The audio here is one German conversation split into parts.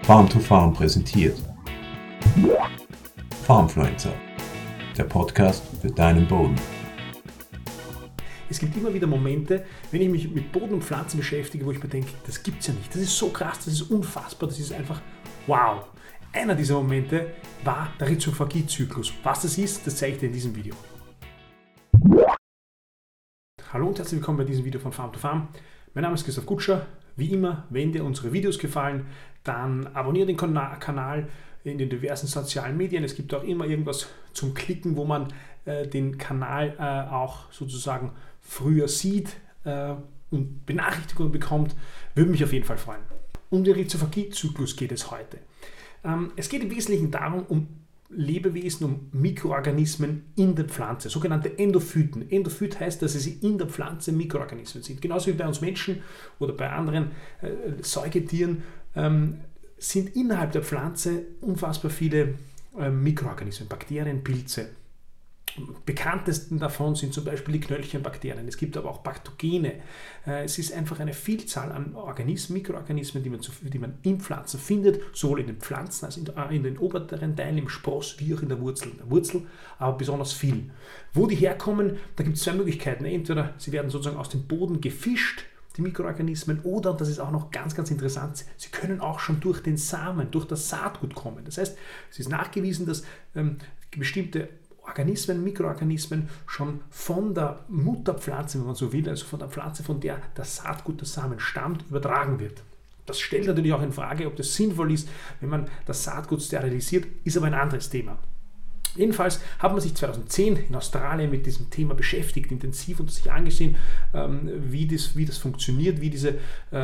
Farm to Farm präsentiert. Farmfluencer, der Podcast für deinen Boden. Es gibt immer wieder Momente, wenn ich mich mit Boden und Pflanzen beschäftige, wo ich mir denke, das gibt's ja nicht. Das ist so krass, das ist unfassbar, das ist einfach wow. Einer dieser Momente war der Rhizophagie-Zyklus. Was das ist, das zeige ich dir in diesem Video. Hallo und herzlich willkommen bei diesem Video von Farm to Farm. Mein Name ist Christoph Gutscher. Wie immer, wenn dir unsere Videos gefallen, dann abonniere den Kanal in den diversen sozialen Medien. Es gibt auch immer irgendwas zum Klicken, wo man den Kanal auch sozusagen früher sieht und Benachrichtigungen bekommt. Würde mich auf jeden Fall freuen. Um den Rhizophagie-Zyklus geht es heute. Es geht im Wesentlichen darum, um Lebewesen, um Mikroorganismen in der Pflanze, sogenannte Endophyten. Endophyt heißt, dass es in der Pflanze Mikroorganismen sind. Genauso wie bei uns Menschen oder bei anderen Säugetieren sind innerhalb der Pflanze unfassbar viele Mikroorganismen, Bakterien, Pilze. Bekanntesten davon sind zum Beispiel die Knöllchenbakterien. Es gibt aber auch Pathogene. Es ist einfach eine Vielzahl an Organismen, Mikroorganismen, die man in Pflanzen findet, sowohl in den Pflanzen als in den oberen Teilen, im Spross, wie auch in der Wurzel. In der Wurzel aber besonders viel. Wo die herkommen, da gibt es zwei Möglichkeiten. Entweder sie werden sozusagen aus dem Boden gefischt, die Mikroorganismen, oder, und das ist auch noch ganz, ganz interessant, sie können auch schon durch den Samen, durch das Saatgut kommen. Das heißt, es ist nachgewiesen, dass bestimmte Organismen, Mikroorganismen schon von der Mutterpflanze, wenn man so will, also von der Pflanze, von der das Saatgut, das Samen stammt, übertragen wird. Das stellt natürlich auch in Frage, ob das sinnvoll ist, wenn man das Saatgut sterilisiert, ist aber ein anderes Thema. Jedenfalls hat man sich 2010 in Australien mit diesem Thema beschäftigt, intensiv, und sich angesehen, wie das funktioniert, wie diese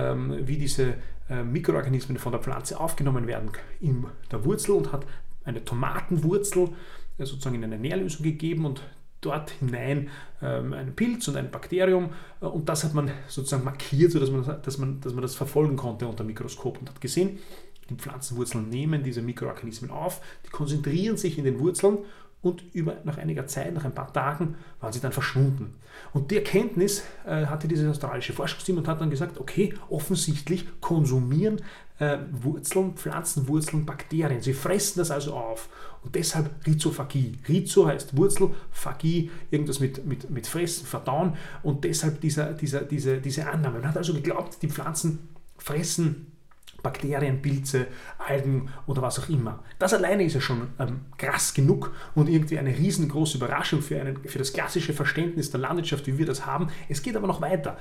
Mikroorganismen von der Pflanze aufgenommen werden in der Wurzel, und hat eine Tomatenwurzel sozusagen in eine Nährlösung gegeben und dort hinein einen Pilz und ein Bakterium, und das hat man sozusagen markiert, sodass man das verfolgen konnte unter dem Mikroskop, und hat gesehen, die Pflanzenwurzeln nehmen diese Mikroorganismen auf, die konzentrieren sich in den Wurzeln, und nach einiger Zeit, nach ein paar Tagen, waren sie dann verschwunden. Und die Erkenntnis hatte dieses australische Forschungsteam und hat dann gesagt, okay, offensichtlich konsumieren Pflanzenwurzeln Bakterien. Sie fressen das also auf. Und deshalb Rhizophagie. Rhizo heißt Wurzel, Phagie, irgendwas mit Fressen, Verdauen, und deshalb diese Annahme. Man hat also geglaubt, die Pflanzen fressen Bakterien, Pilze, Algen oder was auch immer. Das alleine ist ja schon krass genug und irgendwie eine riesengroße Überraschung für das klassische Verständnis der Landwirtschaft, wie wir das haben. Es geht aber noch weiter.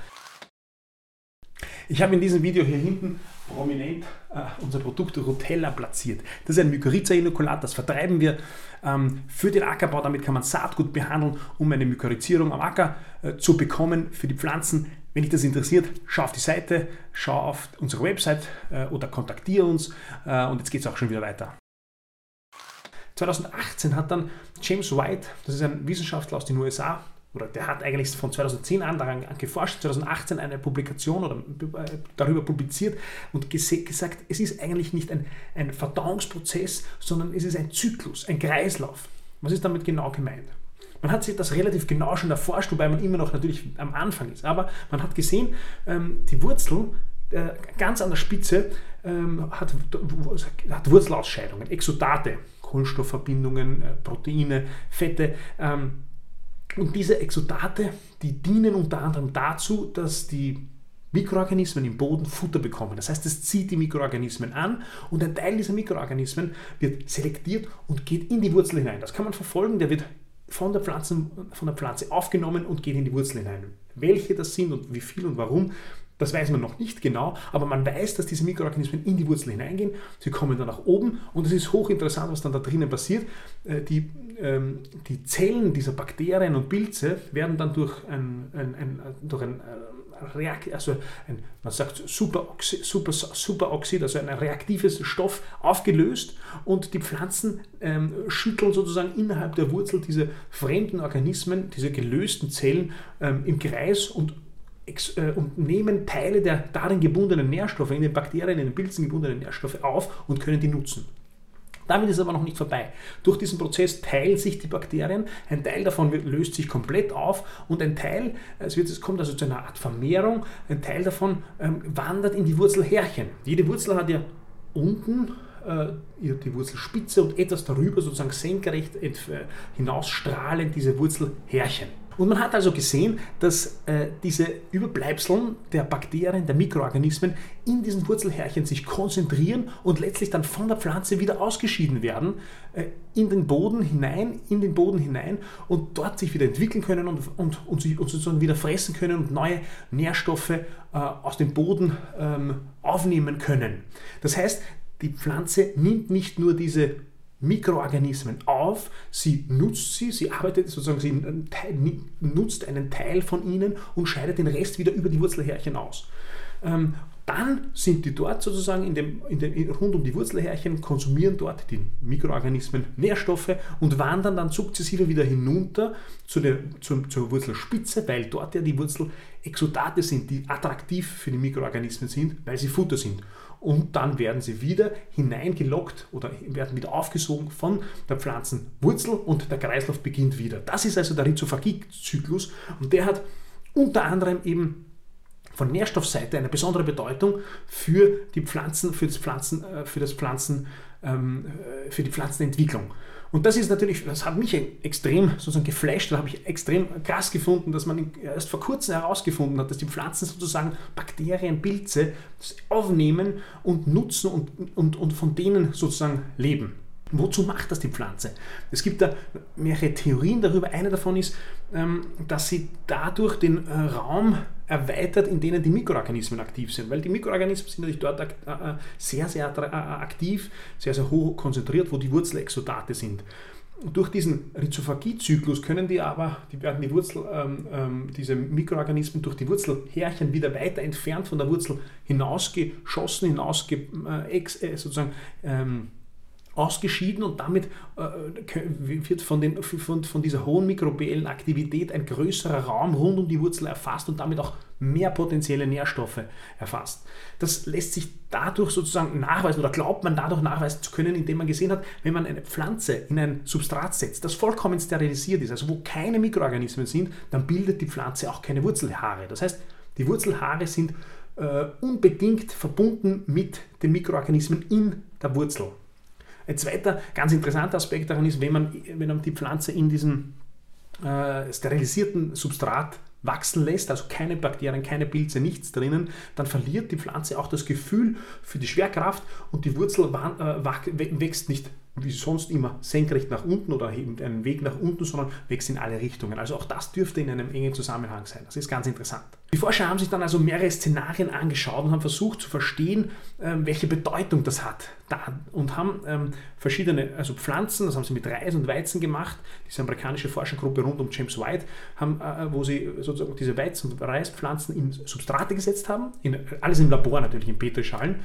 Ich habe in diesem Video hier hinten prominent unser Produkt Rutella platziert. Das ist ein Mykorrhiza-Inokulat, das vertreiben wir für den Ackerbau. Damit kann man Saatgut behandeln, um eine Mykorrhizierung am Acker zu bekommen für die Pflanzen. Wenn dich das interessiert, schau auf die Seite, schau auf unsere Website oder kontaktiere uns, und jetzt geht es auch schon wieder weiter. 2018 hat dann James White, das ist ein Wissenschaftler aus den USA, oder der hat eigentlich von 2010 an daran geforscht, 2018 eine Publikation oder darüber publiziert und gesagt, es ist eigentlich nicht ein Verdauungsprozess, sondern es ist ein Zyklus, ein Kreislauf. Was ist damit genau gemeint? Man hat sich das relativ genau schon erforscht, wobei man immer noch natürlich am Anfang ist. Aber man hat gesehen, die Wurzel ganz an der Spitze hat Wurzelausscheidungen, Exudate, Kohlenstoffverbindungen, Proteine, Fette. Und diese Exudate, die dienen unter anderem dazu, dass die Mikroorganismen im Boden Futter bekommen. Das heißt, es zieht die Mikroorganismen an, und ein Teil dieser Mikroorganismen wird selektiert und geht in die Wurzel hinein. Das kann man verfolgen, der wird von der Pflanze aufgenommen und geht in die Wurzel hinein. Welche das sind und wie viel und warum, das weiß man noch nicht genau, aber man weiß, dass diese Mikroorganismen in die Wurzel hineingehen. Sie kommen dann nach oben, und es ist hochinteressant, was dann da drinnen passiert. Die Zellen dieser Bakterien und Pilze werden dann durch ein Superoxid, also ein reaktives Stoff, aufgelöst, und die Pflanzen schütteln sozusagen innerhalb der Wurzel diese fremden Organismen, diese gelösten Zellen im Kreis und nehmen Teile der darin gebundenen Nährstoffe, in den Bakterien, in den Pilzen gebundenen Nährstoffe auf und können die nutzen. Damit ist es aber noch nicht vorbei. Durch diesen Prozess teilen sich die Bakterien, ein Teil davon löst sich komplett auf, und ein Teil, es kommt also zu einer Art Vermehrung, ein Teil davon wandert in die Wurzelhärchen. Jede Wurzel hat ja unten die Wurzelspitze und etwas darüber sozusagen senkrecht hinausstrahlend diese Wurzelhärchen. Und man hat also gesehen, dass diese Überbleibseln der Bakterien, der Mikroorganismen in diesen Wurzelhärchen sich konzentrieren und letztlich dann von der Pflanze wieder ausgeschieden werden in den Boden hinein und dort sich wieder entwickeln können und sozusagen wieder fressen können und neue Nährstoffe aus dem Boden aufnehmen können. Das heißt, die Pflanze nimmt nicht nur diese Mikroorganismen auf, sie nutzt sie arbeitet sozusagen, sie nutzt einen Teil von ihnen und scheidet den Rest wieder über die Wurzelhärchen aus. Dann sind die dort sozusagen rund um die Wurzelhärchen, konsumieren dort die Mikroorganismen Nährstoffe und wandern dann sukzessive wieder hinunter zur Wurzelspitze, weil dort ja die Wurzelexudate sind, die attraktiv für die Mikroorganismen sind, weil sie Futter sind. Und dann werden sie wieder hineingelockt oder werden wieder aufgesogen von der Pflanzenwurzel und der Kreislauf beginnt wieder. Das ist also der Rhizophagie-Zyklus und der hat unter anderem eben von Nährstoffseite eine besondere Bedeutung für die Pflanzenentwicklung. Und das hat mich extrem sozusagen geflasht, da habe ich extrem krass gefunden, dass man erst vor kurzem herausgefunden hat, dass die Pflanzen sozusagen Bakterien, Pilze aufnehmen und nutzen und von denen sozusagen leben. Wozu macht das die Pflanze? Es gibt da mehrere Theorien darüber. Eine davon ist, dass sie dadurch den Raum erweitert, in denen die Mikroorganismen aktiv sind. Weil die Mikroorganismen sind natürlich dort sehr, sehr aktiv, sehr, sehr hoch konzentriert, wo die Wurzelexudate sind. Durch diesen Rhizophagie-Zyklus werden diese Mikroorganismen durch die Wurzelhärchen wieder weiter entfernt von der Wurzel hinausgeschossen, ausgeschieden und damit wird von dieser hohen mikrobiellen Aktivität ein größerer Raum rund um die Wurzel erfasst und damit auch mehr potenzielle Nährstoffe erfasst. Das lässt sich dadurch sozusagen nachweisen oder glaubt man dadurch nachweisen zu können, indem man gesehen hat, wenn man eine Pflanze in ein Substrat setzt, das vollkommen sterilisiert ist, also wo keine Mikroorganismen sind, dann bildet die Pflanze auch keine Wurzelhaare. Das heißt, die Wurzelhaare sind unbedingt verbunden mit den Mikroorganismen in der Wurzel. Ein zweiter ganz interessanter Aspekt daran ist, wenn man die Pflanze in diesem sterilisierten Substrat wachsen lässt, also keine Bakterien, keine Pilze, nichts drinnen, dann verliert die Pflanze auch das Gefühl für die Schwerkraft und die Wurzel wächst nicht wie sonst immer senkrecht nach unten oder eben einen Weg nach unten, sondern wächst in alle Richtungen. Also auch das dürfte in einem engen Zusammenhang sein. Das ist ganz interessant. Die Forscher haben sich dann also mehrere Szenarien angeschaut und haben versucht zu verstehen, welche Bedeutung das hat. Und haben verschiedene Pflanzen, das haben sie mit Reis und Weizen gemacht, diese amerikanische Forschergruppe rund um James White, wo sie sozusagen diese Weizen- und Reispflanzen in Substrate gesetzt haben, alles im Labor natürlich, in Petrischalen.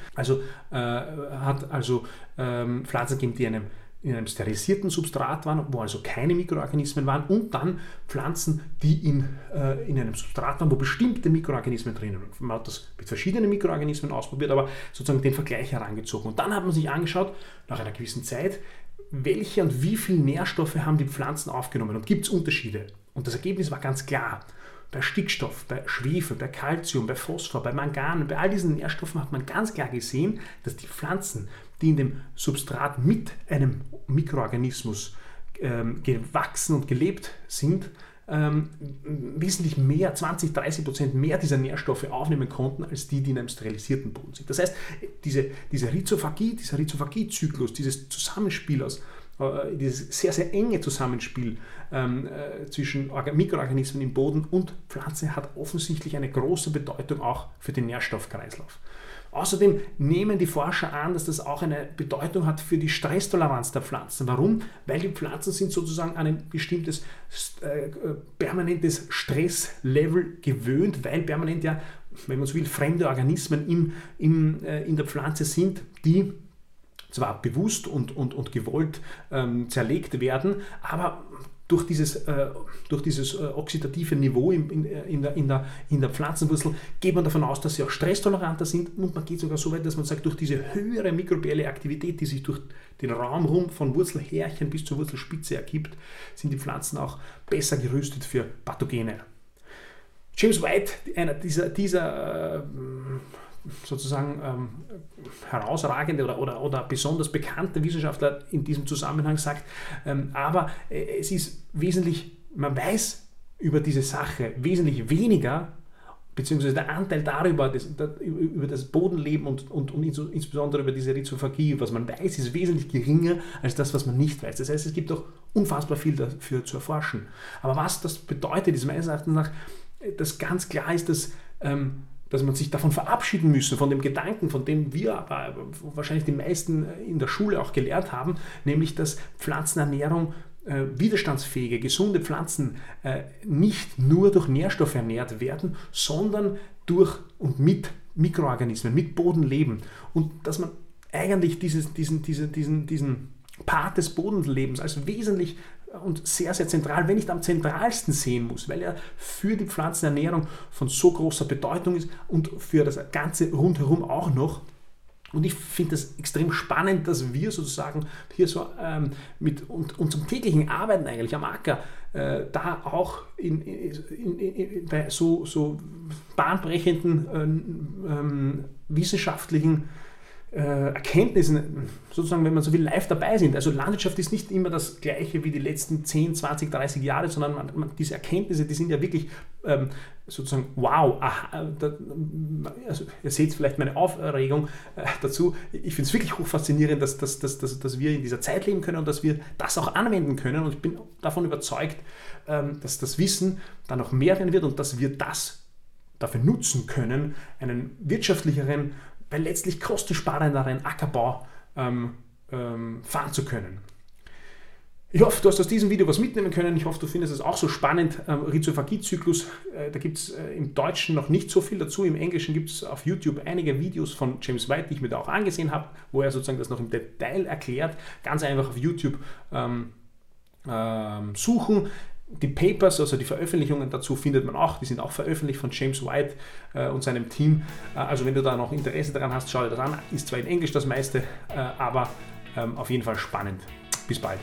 Hat Pflanzen gegeben, die in einem sterilisierten Substrat waren, wo also keine Mikroorganismen waren, und dann Pflanzen, die in einem Substrat waren, wo bestimmte Mikroorganismen drinnen waren. Man hat das mit verschiedenen Mikroorganismen ausprobiert, aber sozusagen den Vergleich herangezogen. Und dann hat man sich angeschaut, nach einer gewissen Zeit, welche und wie viel Nährstoffe haben die Pflanzen aufgenommen und gibt es Unterschiede. Und das Ergebnis war ganz klar. Bei Stickstoff, bei Schwefel, bei Calcium, bei Phosphor, bei Mangan, bei all diesen Nährstoffen hat man ganz klar gesehen, dass die Pflanzen, die in dem Substrat mit einem Mikroorganismus gewachsen und gelebt sind, wesentlich mehr, 20-30% mehr dieser Nährstoffe aufnehmen konnten, als die in einem sterilisierten Boden sind. Das heißt, dieser Rhizophagie-Zyklus, dieses Zusammenspiel dieses sehr, sehr enge Zusammenspiel zwischen Mikroorganismen im Boden und Pflanze hat offensichtlich eine große Bedeutung auch für den Nährstoffkreislauf. Außerdem nehmen die Forscher an, dass das auch eine Bedeutung hat für die Stresstoleranz der Pflanzen. Warum? Weil die Pflanzen sind sozusagen an ein bestimmtes permanentes Stresslevel gewöhnt, weil permanent ja, wenn man so will, fremde Organismen in der Pflanze sind, die zwar bewusst und gewollt zerlegt werden, aber durch dieses oxidative Niveau in der Pflanzenwurzel geht man davon aus, dass sie auch stresstoleranter sind, und man geht sogar so weit, dass man sagt, durch diese höhere mikrobielle Aktivität, die sich durch den Raum rum von Wurzelhärchen bis zur Wurzelspitze ergibt, sind die Pflanzen auch besser gerüstet für Pathogene. James White, einer dieser sozusagen herausragende oder besonders bekannte Wissenschaftler in diesem Zusammenhang sagt. Aber es ist wesentlich, man weiß über diese Sache wesentlich weniger, beziehungsweise der Anteil darüber, über das Bodenleben und insbesondere über diese Rhizophagie, was man weiß, ist wesentlich geringer als das, was man nicht weiß. Das heißt, es gibt auch unfassbar viel dafür zu erforschen. Aber was das bedeutet, ist meines Erachtens nach, dass ganz klar ist, dass man sich davon verabschieden müsse, von dem Gedanken, von dem wir aber wahrscheinlich die meisten in der Schule auch gelehrt haben, nämlich dass Pflanzenernährung, widerstandsfähige, gesunde Pflanzen nicht nur durch Nährstoffe ernährt werden, sondern durch und mit Mikroorganismen, mit Bodenleben. Und dass man eigentlich diesen Part des Bodenlebens als wesentlich und sehr, sehr zentral, wenn nicht am zentralsten sehen muss, weil er für die Pflanzenernährung von so großer Bedeutung ist und für das Ganze rundherum auch noch. Und ich finde das extrem spannend, dass wir sozusagen hier so mit unserem täglichen Arbeiten eigentlich am Acker da auch bei so bahnbrechenden wissenschaftlichen Erkenntnissen, sozusagen, wenn man so will, live dabei sind. Also Landwirtschaft ist nicht immer das Gleiche wie die letzten 10, 20, 30 Jahre, sondern diese Erkenntnisse, die sind ja wirklich sozusagen wow. Also ihr seht vielleicht meine Aufregung dazu. Ich finde es wirklich hochfaszinierend, dass wir in dieser Zeit leben können und dass wir das auch anwenden können. Und ich bin davon überzeugt, dass das Wissen dann noch mehr werden wird und dass wir das dafür nutzen können, einen wirtschaftlicheren, weil letztlich kostensparenderen Ackerbau fahren zu können. Ich hoffe, du hast aus diesem Video was mitnehmen können. Ich hoffe, du findest es auch so spannend. Rhizophagie-Zyklus, da gibt es im Deutschen noch nicht so viel dazu. Im Englischen gibt es auf YouTube einige Videos von James White, die ich mir da auch angesehen habe, wo er sozusagen das noch im Detail erklärt. Ganz einfach auf YouTube suchen. Die Papers, also die Veröffentlichungen dazu findet man auch, die sind auch veröffentlicht von James White und seinem Team. Also wenn du da noch Interesse daran hast, schau dir das an. Ist zwar in Englisch das meiste, aber auf jeden Fall spannend. Bis bald.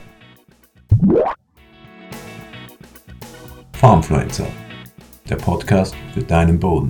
Farmfluencer, der Podcast für deinen Boden.